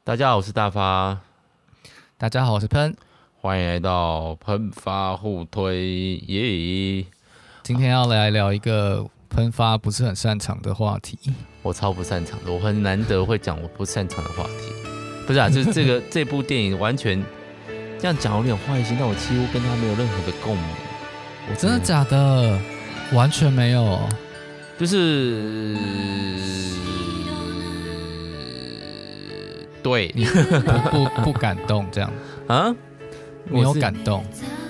大家好，我是大发。 大家好，我是喷。 欢迎来到喷发互推耶！ 今天要来聊一个喷发不是很擅长的话题。 我超不擅长的，我很难得会讲我不擅长的话题。不是啊，就是这部电影完全这样讲有点坏心，但我几乎跟他没有任何的共鸣。 我真的假的？完全没有。 就是对， 不感动这样啊， 没有感动。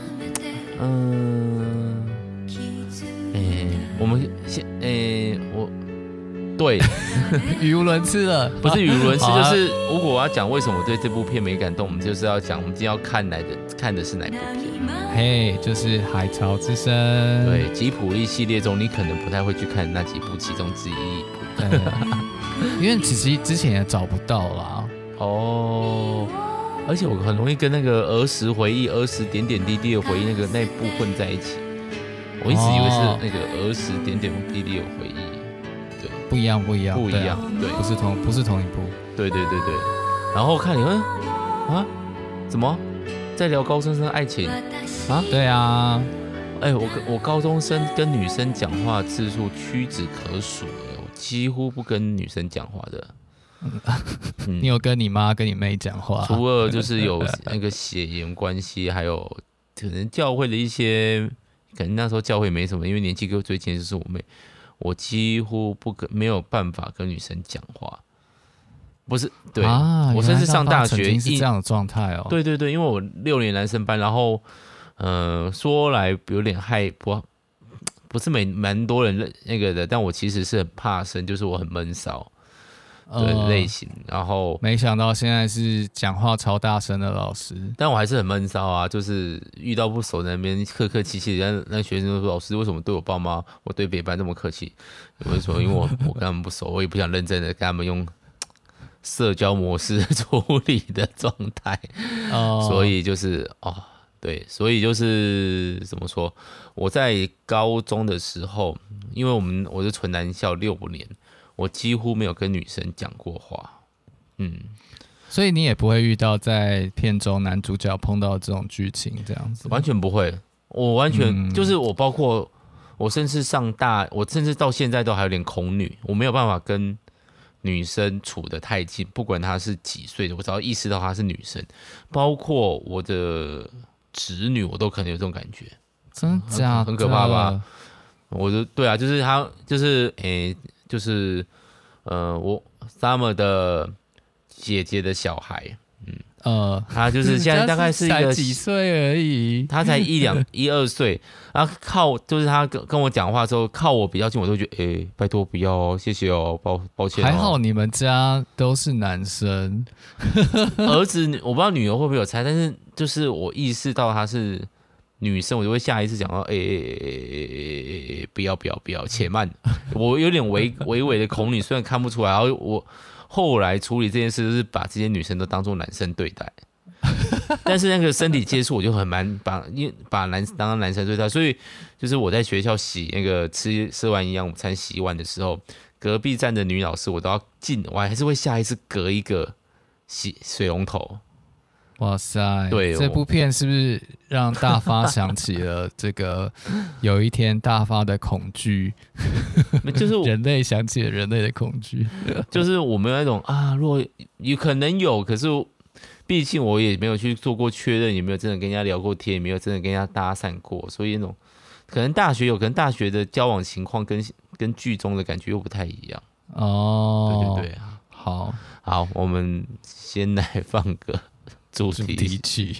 我们先我对语无伦次了， 不是语无伦次，就是如果我要讲为什么我对这部片没感动，我们就是要讲我们今天要看的是哪部片。 嘿，就是《海潮之声》。 对，吉卜力系列中，你可能不太会去看那几部其中之一部， 因为其实之前也找不到啦。 哦，而且我很容易跟那个儿时回忆、儿时点点滴滴的回忆那部混在一起。我一直以为是那个儿时点点滴滴的回忆，对， 不一样， 对， 不是同一部， 对。然后看你们怎么在聊高中生爱情啊？ 对啊， 我高中生跟女生讲话次数屈指可数，我几乎不跟女生讲话的。 你有跟你妈跟你妹讲话？ 除了就是有那个血缘关系，还有可能教会的一些，可能那时候教会没什么，因为年纪跟我最近就是我妹，我几乎没有办法跟女生讲话。不是，对，我甚至上大学曾经是这样的状态哦。 对，因为我6年男生班，然后说来有点不是蛮多人那个的，但我其实是很怕生，就是我很闷骚的类型，然后没想到现在是讲话超大声的老师， 但我还是很闷骚啊，就是遇到不熟的那边客客气气，那学生就说老师为什么对我爸妈，我对别班那么客气？我就说因为我跟他们不熟，我也不想认真的跟他们用社交模式处理的状态，所以就是对，所以就是怎么说？我在高中的时候，因为我是纯男校6年。我几乎没有跟女生讲过话， 所以你也不会遇到在片中男主角碰到这种剧情这样子， 完全不会。我完全就是包括我甚至我甚至到现在都还有点恐女，我没有办法跟女生处得太近，不管她是几岁的，我只要意识到她是女生，包括我的侄女，我都可能有这种感觉， 真假的很可怕吧？对啊，就是她，就是我 Summer 的姐姐的小孩，他就是现在大概是一个才几岁而已， 他才1-2岁，然后就是他跟我讲话之后，靠我比较近，我都觉得拜托不要哦，谢谢哦，抱歉哦。 还好你们家都是男生， 儿子我不知道女儿会不会有猜，但是就是我意识到他是女生，我就会下意识讲到不要，且慢。我有点微的恐女，虽然看不出来。然后我后来处理这件事，就是把这些女生都当作男生对待。但是那个身体接触，我就很难把当男生对待。所以就是我在学校洗那个吃完营养午餐洗碗的时候，隔壁站的女老师我都要我还是会下意识隔一个洗水龙头。 哇塞！ 对， 这部片是不是让大发想起了这个有一天大发的恐惧？ 就是人类想起了人类的恐惧， 就是我们有那种若有可能有，可是毕竟我也没有去做过确认，也没有真的跟人家聊过天，也没有真的跟人家搭讪过，所以那种可能大学有，可能大学的交往情况跟剧中的感觉又不太一样。对， 好， 我们先来放个主题曲。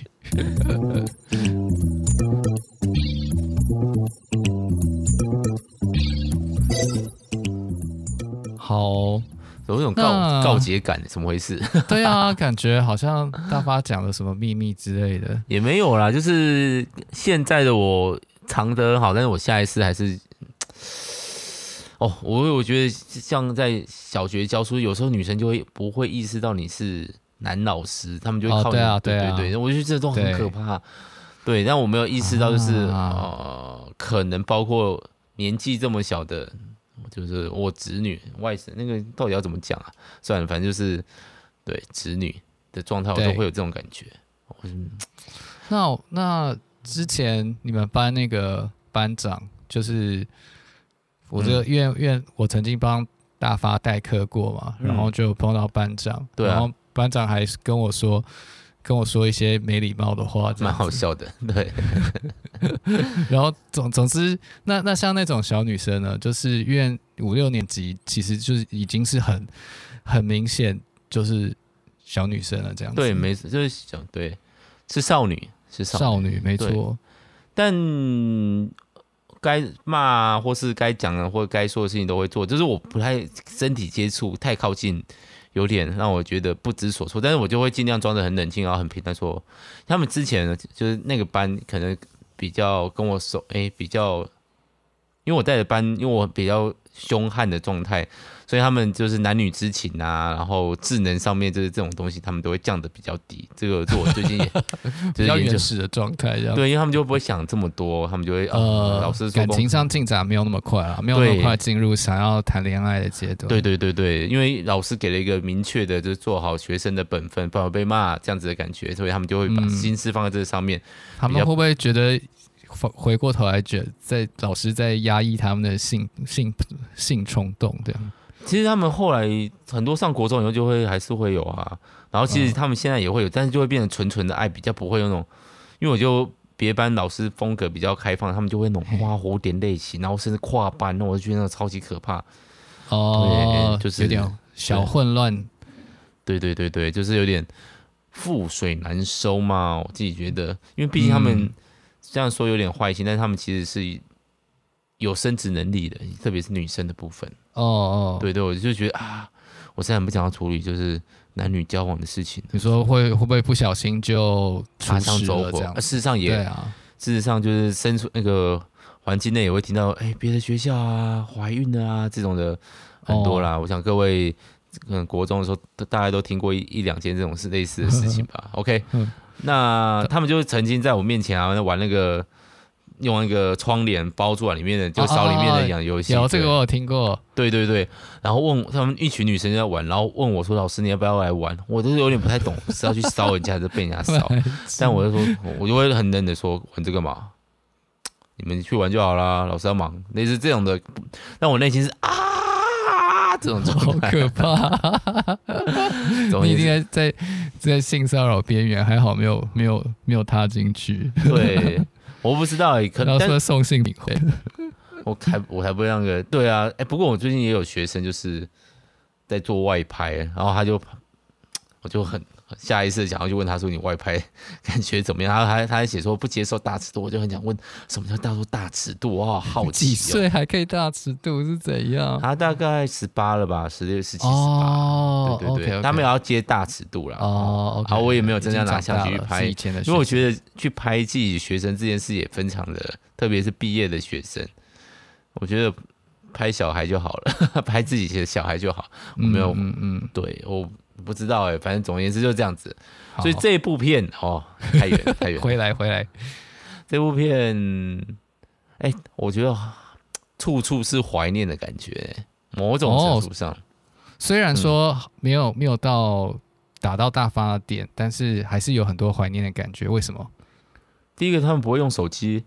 好， 有一种告解感，怎么回事？ 对啊，感觉好像大发讲了什么秘密之类的， 也没有啦，就是现在的我藏得很好，但是我下一次还是。我觉得像在小学教书，有时候女生就会不会意识到你是男老师，他们就会靠你。对，我觉得这都很可怕。对，但我没有意识到，就是可能包括年纪这么小的，就是我侄女外甥，那个到底要怎么讲啊？算了，反正就是对侄女， 的状态，我都会有这种感觉。 那之前你们班那个班长，就是我这个因为我曾经帮大发代课过嘛，然后就碰到班长， 对啊， 然后班长还跟我说一些没礼貌的话， 蛮好笑的，对。 然后总之，那像那种小女生呢，就是因为5、6年级其实就是已经是很明显就是小女生了这样子。 对，没事，就是讲对，是少女， 少女，没错。 但该骂或是该讲的或该说的事情都会做，就是我不太身体接触太靠近，有点让我觉得不知所措。但是我就会尽量装得很冷静，然后很平淡说，他们之前就是那个班可能比较跟我比较，因为我带的班，因为我比较凶悍的状态，所以他们就是男女之情啊，然后智能上面就是这种东西，他们都会降得比较低。这个是我最近也比较原始的状态，这样对，因为他们就不会想这么多，他们就会老师说感情上进展没有那么快啊，没有那么快进入想要谈恋爱的阶段。 对，因为老师给了一个明确的，就是做好学生的本分，不然被骂这样子的感觉，所以他们就会把心思放在这上面。 他们会不会觉得回过头来觉得老师在压抑他们的性冲动这样？ 其实他们后来很多上国中以后就会还是会有啊，然后其实他们现在也会有，但是就会变成纯的爱，比较不会有那种，因为我就别班老师风格比较开放，他们就会那种花蝴蝶类型，然后甚至跨班，那我就觉得那个超级可怕。 哦， 对，就是有点小混乱。 对，就是有点覆水难收嘛，我自己觉得，因为毕竟他们这样说有点坏心，但是他们其实是有生殖能力的，特别是女生的部分。对，我就觉得啊，我现在很不想要处理就是男女交往的事情。 你说会不会不小心就擦枪走火？事实上也， 对啊， 事实上就是身处那个环境内也会听到，别的学校啊怀孕的啊这种的很多啦。我想各位可能国中的时候大概都听过一两件这种类似的事情吧。OK， 那他们就曾经在我面前啊玩那个。用那个窗帘包住了里面的，就烧里面的养游戏。 有这个我有听过。 对，然后问他们一群女生在玩，然后问我说：“老师，你要不要来玩？”我都是有点不太懂，是要去烧人家还是被人家烧？但我就说，我就会很冷的说：“玩这个嘛，你们去玩就好啦，老师要忙。”类似这种的，但我内心是这种状态， 好可怕！你一定在性骚扰边缘，还好没有踏进去。 对。我不知道可能说送信领会， 我才不会让个对啊，不过我最近也有学生就是在做外拍，然后我就很下意识想要去问他说你外拍感觉怎么样？他还写说不接受大尺度，我就很想问什么叫大尺度？我好奇几岁还可以大尺度是怎样？ 他大概18了吧，16、17、 18。 对， okay. 他们也要接大尺度啦。 OK， 我也没有真正拿相机去拍，因为我觉得去拍自己学生这件事也非常的，特别是毕业的学生，我觉得拍小孩就好了，拍自己的小孩就好。我没有，对，我不知道反正总而言之就是这样子。所以这一部片太远， 回来， 这部片，我觉得处处是怀念的感觉，某种程度上。 虽然说没有到打到大发的点，但是还是有很多怀念的感觉。为什么？ 第一个，他们不会用手机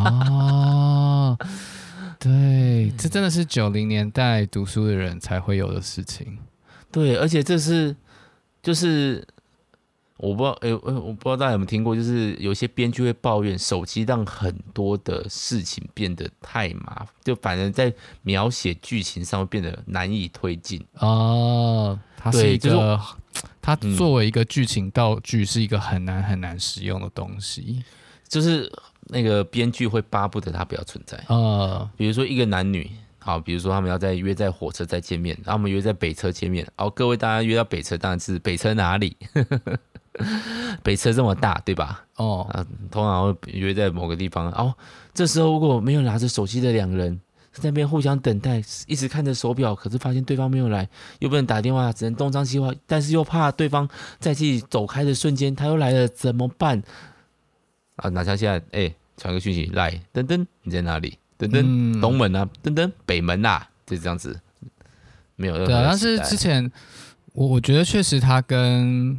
对，这真的是90年代读书的人才会有的事情。 对，而且这是就是我不知道大家有没有听过，就是有些编剧会抱怨手机让很多的事情变得太麻烦，就反而在描写剧情上会变得难以推进。 它是一个，它作为一个剧情道具是一个很难使用的东西， 就是那个编剧会巴不得它不要存在。比如说一个男女。好，比如说他们要约在火车站见面，然后我们约在北车见面。各位大家约到北车，当然是北车哪里？北车这么大，对吧？通常会约在某个地方。这时候如果没有拿着手机的两人在那边互相等待，一直看着手表，可是发现对方没有来，又不能打电话，只能东张西望，但是又怕对方在自己走开的瞬间他又来了，怎么办？哪像现在，传个讯息来，等等，你在哪里？等等，东门啊，等等，北门啊，就这样子，没有任何。 对啊，但是之前我觉得确实它跟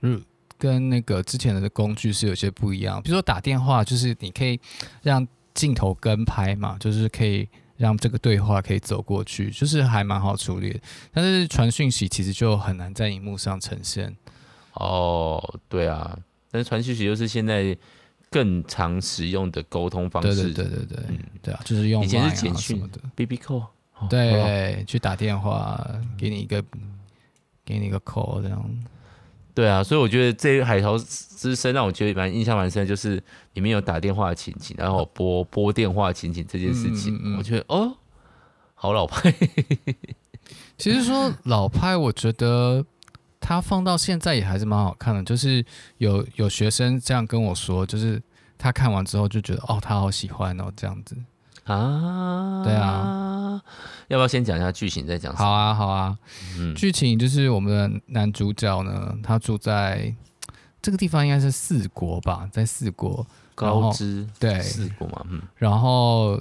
跟那个之前的工具是有些不一样。比如说打电话，就是你可以让镜头跟拍嘛，就是可以让这个对话可以走过去，就是还蛮好处理的。但是传讯息其实就很难在荧幕上呈现。 哦，对啊，但是传讯息就是现在更常使用的沟通方式。 对啊，就是用以前是 Line 简讯什么的。 BB call， 对，去打电话，给你一个 call 这样。 对啊，所以我觉得这个海潮之声让我觉得印象蛮深的，就是里面有打电话的情景，然后拨电话的情景这件事情，我觉得哦，好老派。 其实说老派，我觉得他放到现在也还是蛮好看的。就是有学生这样跟我说，就是他看完之后就觉得哦，他好喜欢哦，这样子啊。 对啊， 要不要先讲一下剧情再讲什么？ 好啊。剧情就是我们的男主角呢，他住在这个地方应该是四国吧，在四国高知对四国嘛， 然后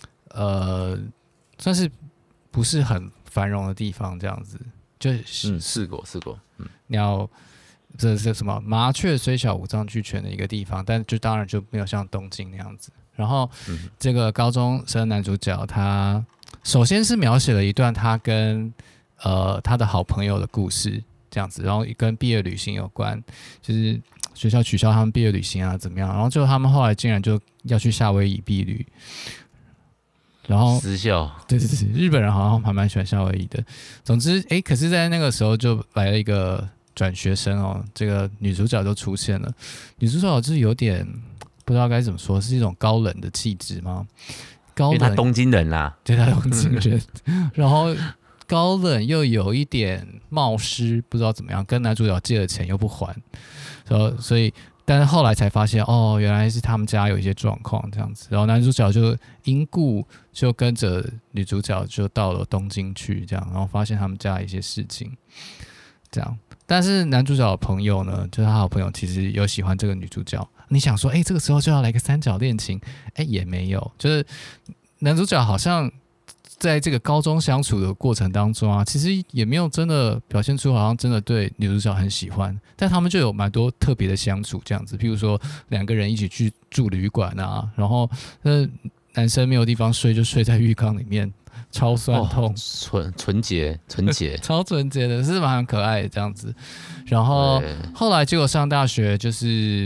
算是不是很繁荣的地方，这样子，就是四国， 你要这是什么麻雀虽小五脏俱全的一个地方，但就当然就没有像东京那样子。然后这个高中生男主角他首先是描写了一段他跟他的好朋友的故事这样子，然后跟毕业旅行有关，就是学校取消他们毕业旅行啊怎么样，然后就他们后来竟然就要去夏威夷毕旅，然后私校， 对，日本人好像还蛮喜欢夏威夷的。总之可是在那个时候就来了一个转学生哦，这个女主角就出现了。女主角就是有点不知道该怎么说，是一种高冷的气质吗？高冷， 因为他东京人啦， 对，他东京人，然后高冷又有一点冒失，不知道怎么样，跟男主角借了钱又不还，所以，但是后来才发现，哦，原来是他们家有一些状况这样子，然后男主角就因故就跟着女主角就到了东京去，这样，然后发现他们家一些事情，这样。但是男主角的朋友呢，就是他好朋友，其实有喜欢这个女主角。你想说，这个时候就要来个三角恋情，也没有，就是男主角好像在这个高中相处的过程当中啊，其实也没有真的表现出好像真的对女主角很喜欢，但他们就有蛮多特别的相处这样子，譬如说两个人一起去住旅馆啊，然后男生没有地方睡就睡在浴缸里面。超酸痛， 纯洁， 超纯洁的，是蛮可爱的这样子。然后后来结果上大学，就是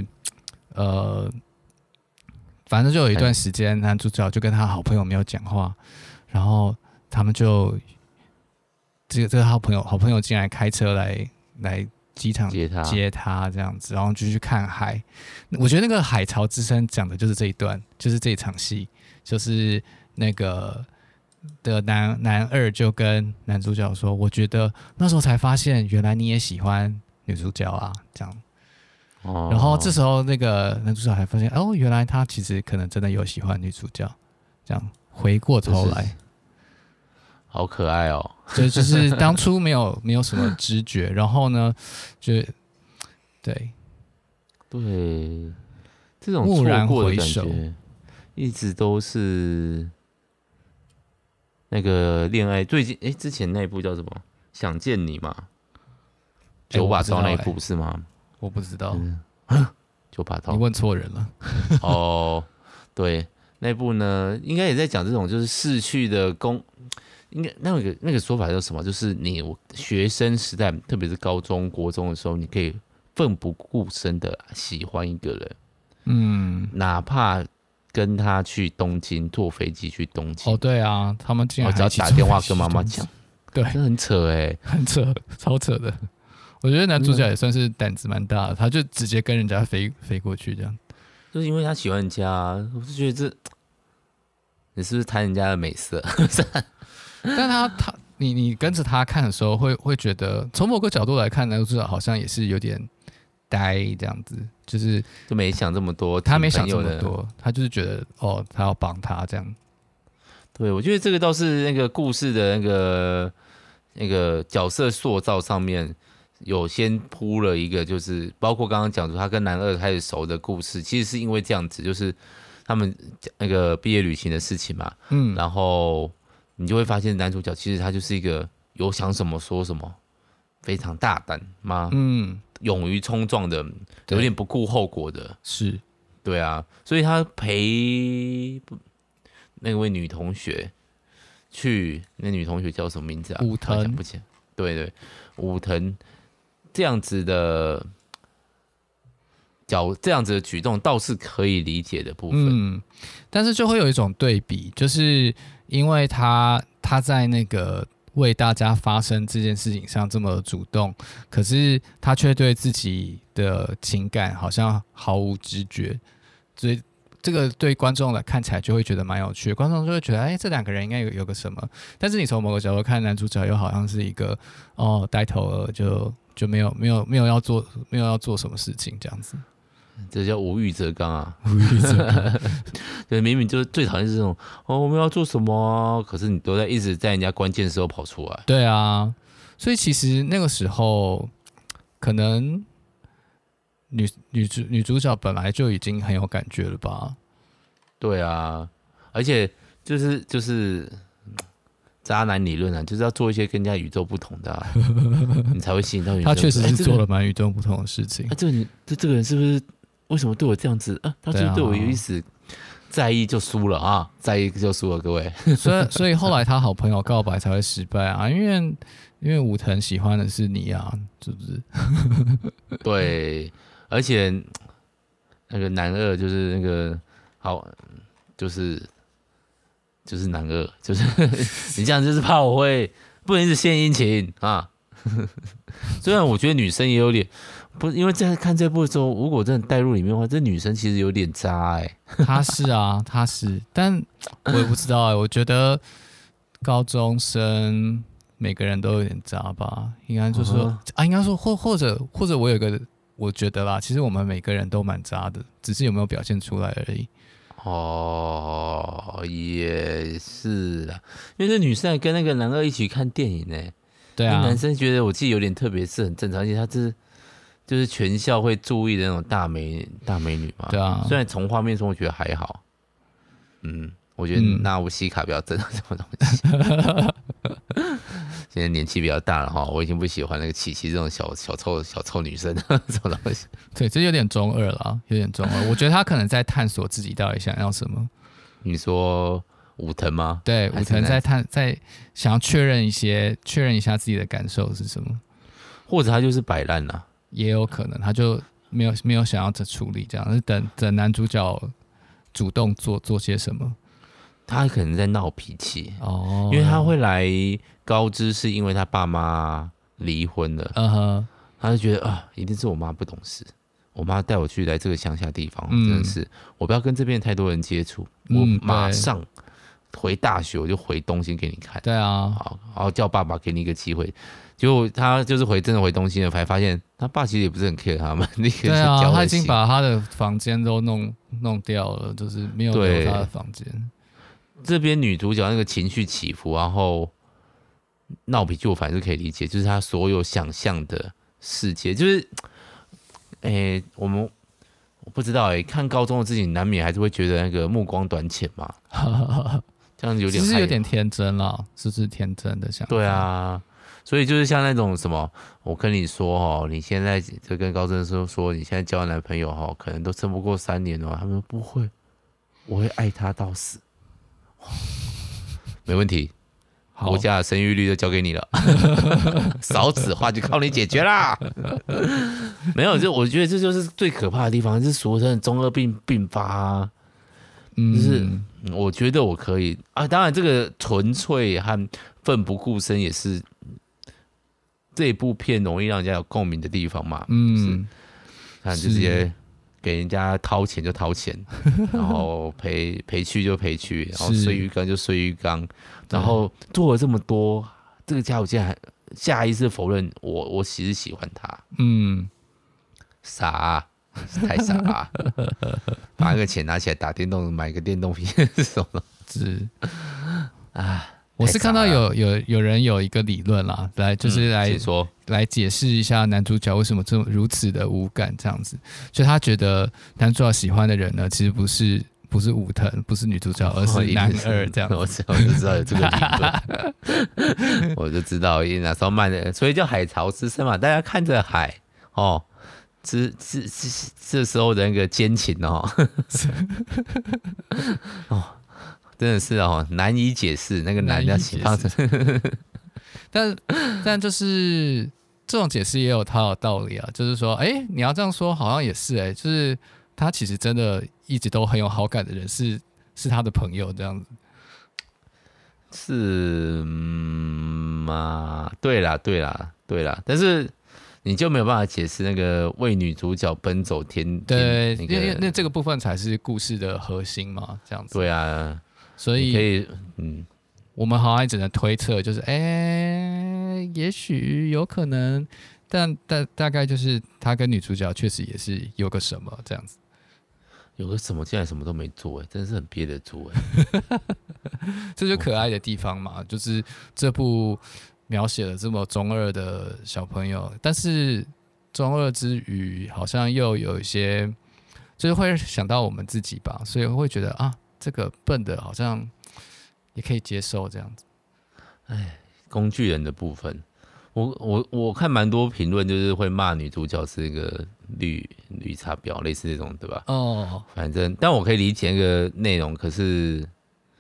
反正就有一段时间，男主角就跟他好朋友没有讲话，然后他们就这个好朋友竟然开车来机场接他这样子，然后就去看海。我觉得那个海潮之声讲的就是这一段，就是这一场戏，就是那个。的男二就跟男主角说：“我觉得那时候才发现，原来你也喜欢女主角啊，这样。然后这时候那个男主角才发现，哦，原来他其实可能真的有喜欢女主角，这样回过头来， 好可爱哦。 就是当初没有什么知觉，然后呢，就对， 这种错过的感觉，一直都是。”那个恋爱最近之前那一部叫什么？想见你嘛？9把刀那一部是吗？ 我不知道。 9把刀， 你问错人了。 哦，对，那一部呢，应该也在讲这种就是逝去的应该那个说法叫什么？就是你学生时代，特别是高中、国中的时候，你可以奋不顾身的喜欢一个人，哪怕。跟他去东京，坐飞机去东京。 哦，对啊，他们竟然只要打电话跟妈妈讲， 对， 这很扯很扯，超扯的。我觉得男主角也算是胆子蛮大的，他就直接跟人家飞过去，这样。 就是因为他喜欢人家，我是觉得你是不是贪人家的美色？ 但你跟着他看的时候会觉得，从某个角度来看，男主角好像也是有点呆这样子。就没想这么多， 他没想这么多，他就是觉得他要帮他这样。 对，我觉得这个倒是那个故事的那个角色塑造上面有先铺了一个，就是包括刚刚讲说他跟男二开始熟的故事，其实是因为这样子，就是他们那个毕业旅行的事情嘛，然后你就会发现男主角其实他就是一个有想什么说什么。非常大胆吗？ 勇于冲撞的，有点不顾后果的， 是， 对啊，所以他陪那位女同学去，那女同学叫什么名字啊？ 武藤， 想不起来。对对，武藤这样子的这样子的举动倒是可以理解的部分。 但是就会有一种对比，就是因为他在那个为大家发声这件事情上这么主动，可是他却对自己的情感好像毫无知觉，所以这个对观众来看起来就会觉得蛮有趣的，观众就会觉得，这两个人应该有个什么，但是你从某个角度看，男主角又好像是一个呆头鹅，就没有要做什么事情这样子。 这叫无欲则刚啊！ 无欲则刚， 对，明明就是最讨厌是这种我们要做什么啊，可是你都一直在人家关键的时候跑出来。 对啊，所以其实那个时候可能女主角本来就已经很有感觉了吧？ 对啊，而且就是渣男理论啊，就是要做一些跟人家与众不同的你才会吸引到女生。 他确实是做了蛮与众不同的事情。 这个人是不是为什么对我这样子啊？他是不是对我有意思？在意就输了啊！在意就输了，各位。 所以后来他好朋友告白才会失败啊，因为武藤喜欢的是你啊，是不是？ 对，而且那个男二就是那个好，就是男二，就是你这样就是怕我会不能一直献殷勤啊。虽然我觉得女生也有点不，因为在看这部的时候，如果真的带入里面的话，这女生其实有点渣她是啊，她是，但我也不知道我觉得高中生每个人都有点渣吧，应该就是说应该说或者我有一个我觉得啦，其实我们每个人都蛮渣的，只是有没有表现出来而已。 也是啦，因为这女生还跟那个男二一起看电影呢。 对啊， 男生觉得我自己有点特别是很正常，而且他就是全校会注意的那种大美女嘛。 对啊， 虽然从画面中我觉得还好，我觉得纳乌西卡比较正常什么东西。现在年纪比较大了哈，我已经不喜欢那个琪琪这种小臭女生这种东西。 对，这有点中二了，有点中二。我觉得他可能在探索自己到底想要什么。 你说武藤吗？ 对，武藤在想要确认一下自己的感受是什么， 或者他就是摆烂啦， 也有可能他就没有想要处理这样，是等男主角主动做些什么。 他可能在闹脾气因为他会来高知是因为他爸妈离婚了，他就觉得一定是我妈不懂事，我妈带我去来这个乡下地方，真的是我不要跟这边太多人接触，我马上回大学我就回东京给你看。 对啊， 好，然后叫爸爸给你一个机会。结果他就是真的回东京了，才发现他爸其实也不是很 care 他们。 对啊，他已经把他的房间都弄掉了，就是没有留他的房间。 这边女主角那个情绪起伏，然后闹脾气，我反正是可以理解，就是她所有想象的世界，就是我不知道看高中的自己难免还是会觉得那个目光短浅嘛，这样有点， 其实有点天真啦，是天真的想法。 对啊，所以就是像那种什么，我跟你说你现在就跟高中生说你现在交男朋友可能都撑不过3年他们说不会，我会爱他到死。没问题，国家的生育率就交给你了，少子化就靠你解决啦。没有，我觉得这就是最可怕的地方，是俗称中二病并发就是我觉得我可以当然这个纯粹和奋不顾身也是这部片容易让人家有共鸣的地方嘛。看就直接给人家掏钱就掏钱，然后陪去就陪去，然后睡浴缸就睡浴缸，然后做了这么多，这个家伙竟然还下意识否认我其实喜欢他，傻太傻了，把那个钱拿起来打电动，买个电动皮是什么？ 我是看到有人有一个理论啦，就是来解释一下男主角为什么如此的无感这样子，就他觉得男主角喜欢的人呢，其实不是武藤，不是女主角，而是男二这样子。 我就知道有这个理论，我就知道那时候慢的，所以叫海潮之声嘛，大家看着海哦，这时候的那个奸情哦，哦，真的是哦，难以解释那个男的情况。 但就是这种解释也有它的道理啊，就是说，你要这样说好像也是就是他其实真的一直都很有好感的人是他的朋友这样子。 是嘛？对啦，但是你就没有办法解释那个为女主角奔走对， 那因为那这个部分才是故事的核心嘛，这样子。 对啊， 所以可以， 我们好像只能推测，就是也许有可能，但大概就是他跟女主角确实也是有个什么这样子。 有个什么竟然什么都没做，真的是很憋得住这就可爱的地方嘛，就是这部描写了这么中二的小朋友，但是中二之余，好像又有一些，就是会想到我们自己吧，所以会觉得啊，这个笨的好像也可以接受这样子。 工具人的部分，我看蛮多评论，就是会骂女主角是一个绿茶婊，类似这种，对吧？ 哦， 反正，但我可以理解那个内容，可是，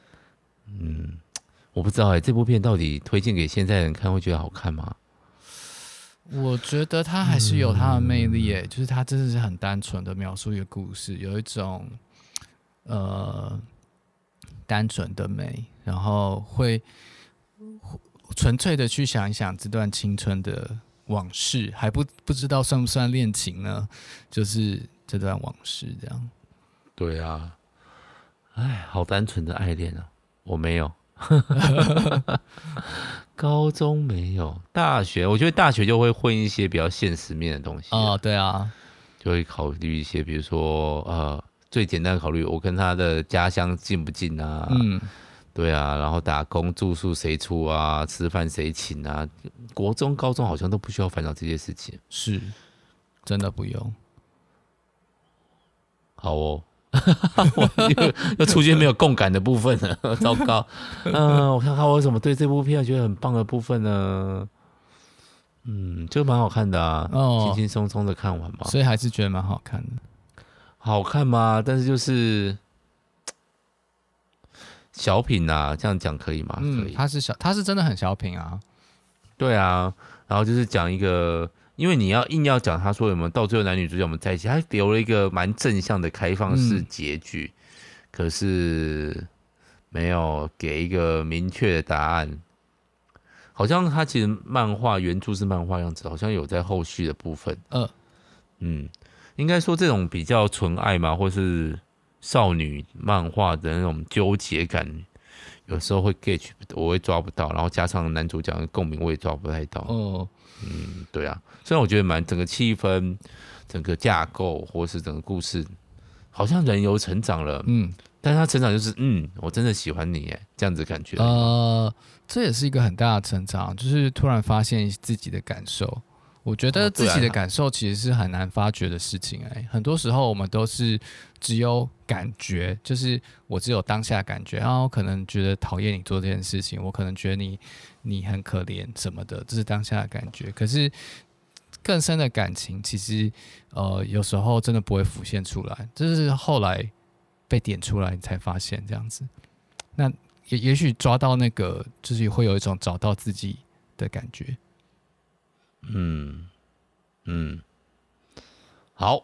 我不知道这部片到底推荐给现在人看会觉得好看吗？ 我觉得他还是有他的魅力就是他真的是很单纯的描述一个故事，有一种单纯的美，然后会纯粹的去想一想这段青春的往事，还不知道算不算恋情呢？就是这段往事这样。 对啊，好单纯的爱恋啊，我没有。高中没有，大学我觉得大学就会混一些比较现实面的东西对啊， 就会考虑一些，比如说最简单的考虑，我跟他的家乡近不近啊？对啊，然后打工住宿谁出啊？吃饭谁请啊？国中、高中好像都不需要烦恼这些事情， 是真的不用。 好哦。又出现没有共感的部分了，糟糕。我看看我有什么对这部片觉得很棒的部分呢？就蛮好看的啊，轻轻松松的看完嘛。 所以还是觉得蛮好看的。 好看吗？但是就是小品啊，这样讲可以吗？可以。 他是真的很小品啊。 对啊，然后就是讲一个。因为你硬要讲他说有没有到最后男女主角我们在一起，他留了一个蛮正向的开放式结局，可是没有给一个明确的答案。好像他其实原著是漫画样子，好像有在后续的部分。应该说这种比较纯爱嘛，或是少女漫画的那种纠结感，有时候会 get 我会抓不到，然后加上男主角的共鸣我也抓不太到。对啊，虽然我觉得整个气氛、整个架构或是整个故事，好像人有成长了，但是他成长就是我真的喜欢你耶，这样子的感觉。 这也是一个很大的成长，就是突然发现自己的感受。我觉得自己的感受其实是很难发掘的事情很多时候我们都是只有感觉，就是我只有当下感觉，然后我可能觉得讨厌你做这件事情，我可能觉得你很可怜什么的，这是当下的感觉。可是更深的感情，其实有时候真的不会浮现出来，这是后来被点出来你才发现这样子。那也许抓到那个，就是会有一种找到自己的感觉。 好，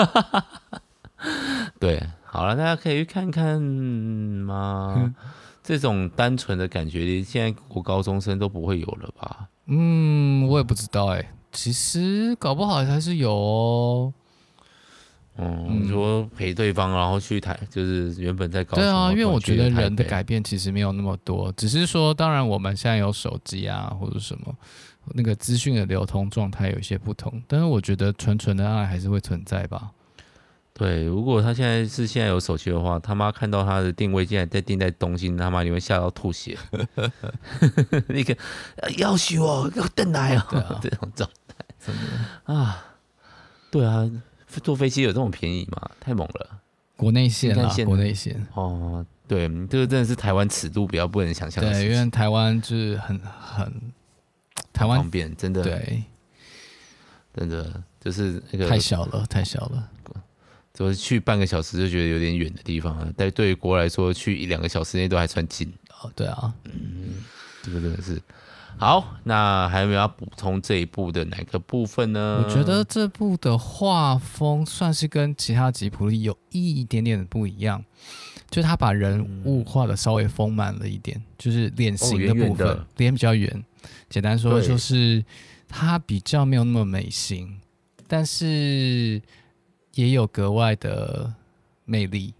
对，好了，大家可以去看看嘛。这种单纯的感觉，现在国高中生都不会有了吧？ 我也不知道其实搞不好还是有哦。 你说陪对方，然后去就是原本在高中。 对啊，因为我觉得人的改变其实没有那么多，只是说，当然我们现在有手机啊，或者什么。那个资讯的流通状态有一些不同，但是我觉得纯纯的爱还是会存在吧。 对，如果他现在有手机的话，他妈看到他的定位竟然定在东京，他妈你会吓到吐血。那个要许我要等来哦，这种状态真的啊，对啊，坐飞机有这么便宜吗？太猛了！ 国内线啊，国内线哦，对，这个真的是台湾尺度比较不能想象的事情。 对，因为台湾就是很台湾方便，真的。 对， 真的就是那个太小了，太小了。 就是去半个小时就觉得有点远的地方了，但对于国来说，去1-2个小时内都还算近。 哦，对啊， 这个真的是好。那还有没有要补充这一部的哪个部分呢？ 我觉得这部的画风算是跟其他吉卜力有一点点的不一样，就是他把人物画的稍微丰满了一点，就是脸型的部分， 圆圆的脸比较圆。简单说就是他比较没有那么美型，但是也有格外的魅力。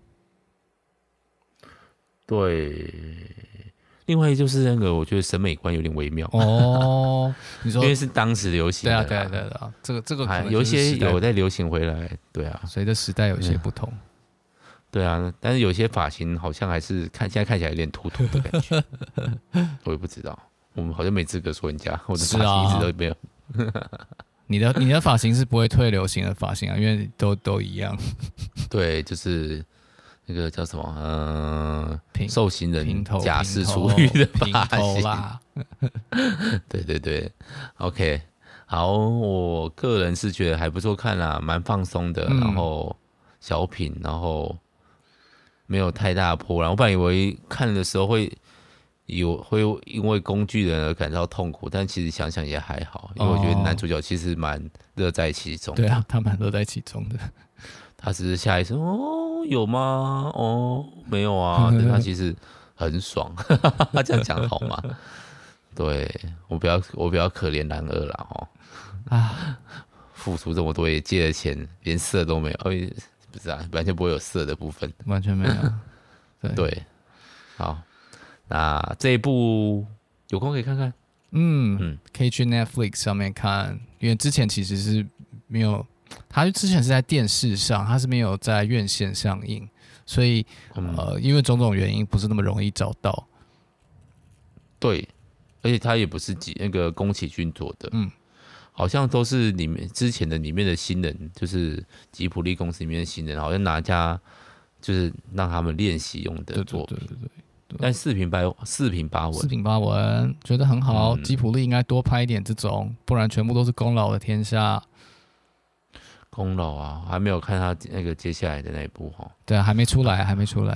对，另外就是那个，我觉得审美观有点微妙哦。你说因为是当时流行的， 对啊，对啊，这个可能有一些就是时代有在流行回来，对啊， 随着时代有一些不同。 对啊，但是有些发型好像还是现在看起来有点秃秃的感觉，我也不知道，我们好像没资格说人家，我的发型一直都没有。 你的发型是不会退流行的发型啊，因为都一样。 对，就是那个叫什么受刑人头假释出狱的发型啦。 对 ，OK， 好，我个人是觉得还不错看啦，蛮放松的，然后小品，然后没有太大的波澜。我本来以为看的时候会因为工具人而感到痛苦，但其实想想也还好，因为我觉得男主角其实蛮乐在其中。 对啊，他蛮乐在其中的。 他只是下意识有吗？没有啊，但他其实很爽。他这样讲好吗？对，我比较可怜男二啦付出这么多也借了钱，连色都没有，不是啊，完全不会有色的部分， 完全没有。 对，好，那这一部有空可以看看， 可以去 Netflix 上面看，因为之前其实是没有，他之前是在电视上，他是没有在院线上映，所以因为种种原因不是那么容易找到。 对，而且他也不是那个宫崎骏做的，好像都是之前的里面的新人，就是吉卜力公司里面的新人，好像拿家就是让他们练习用的作品。对。但四平八稳， 觉得很好。吉卜力应该多拍一点这种，不然全部都是功劳的天下。 功劳啊，还没有看他那个接下来的那一部对啊，还没出来。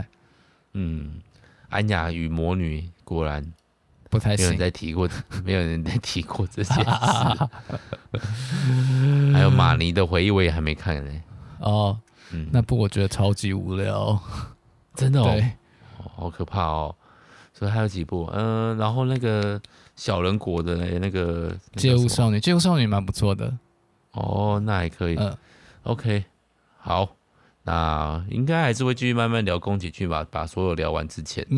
安雅与魔女果然不太行， 没有人在提过这件事。还有马尼的回忆我也还没看呢。 那部我觉得超级无聊， 真的对， 好可怕哦。所以还有几部，然后那个小人国的那个街舞少女蛮不错的。 那还可以。OK， 好，那应该还是会继续慢慢聊宫崎骏吧，把所有聊完之前。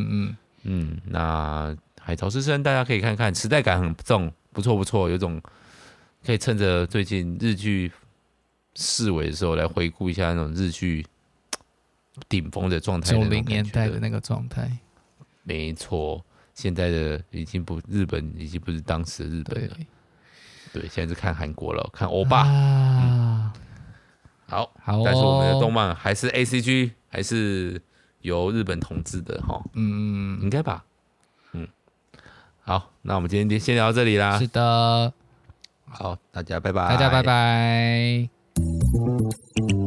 那海潮之声大家可以看看，时代感很重，不错，有种可以趁着最近日剧式微的时候来回顾一下那种日剧顶峰的状态，90 年代的那个状态。 没错，现在的日本已经不是当时的日本了。对，现在是看韩国了，看欧巴。好，但是我们的动漫还是 ACG， 还是由日本统治的应该吧。好，那我们今天先聊到这里啦。 是的， 好，大家拜拜。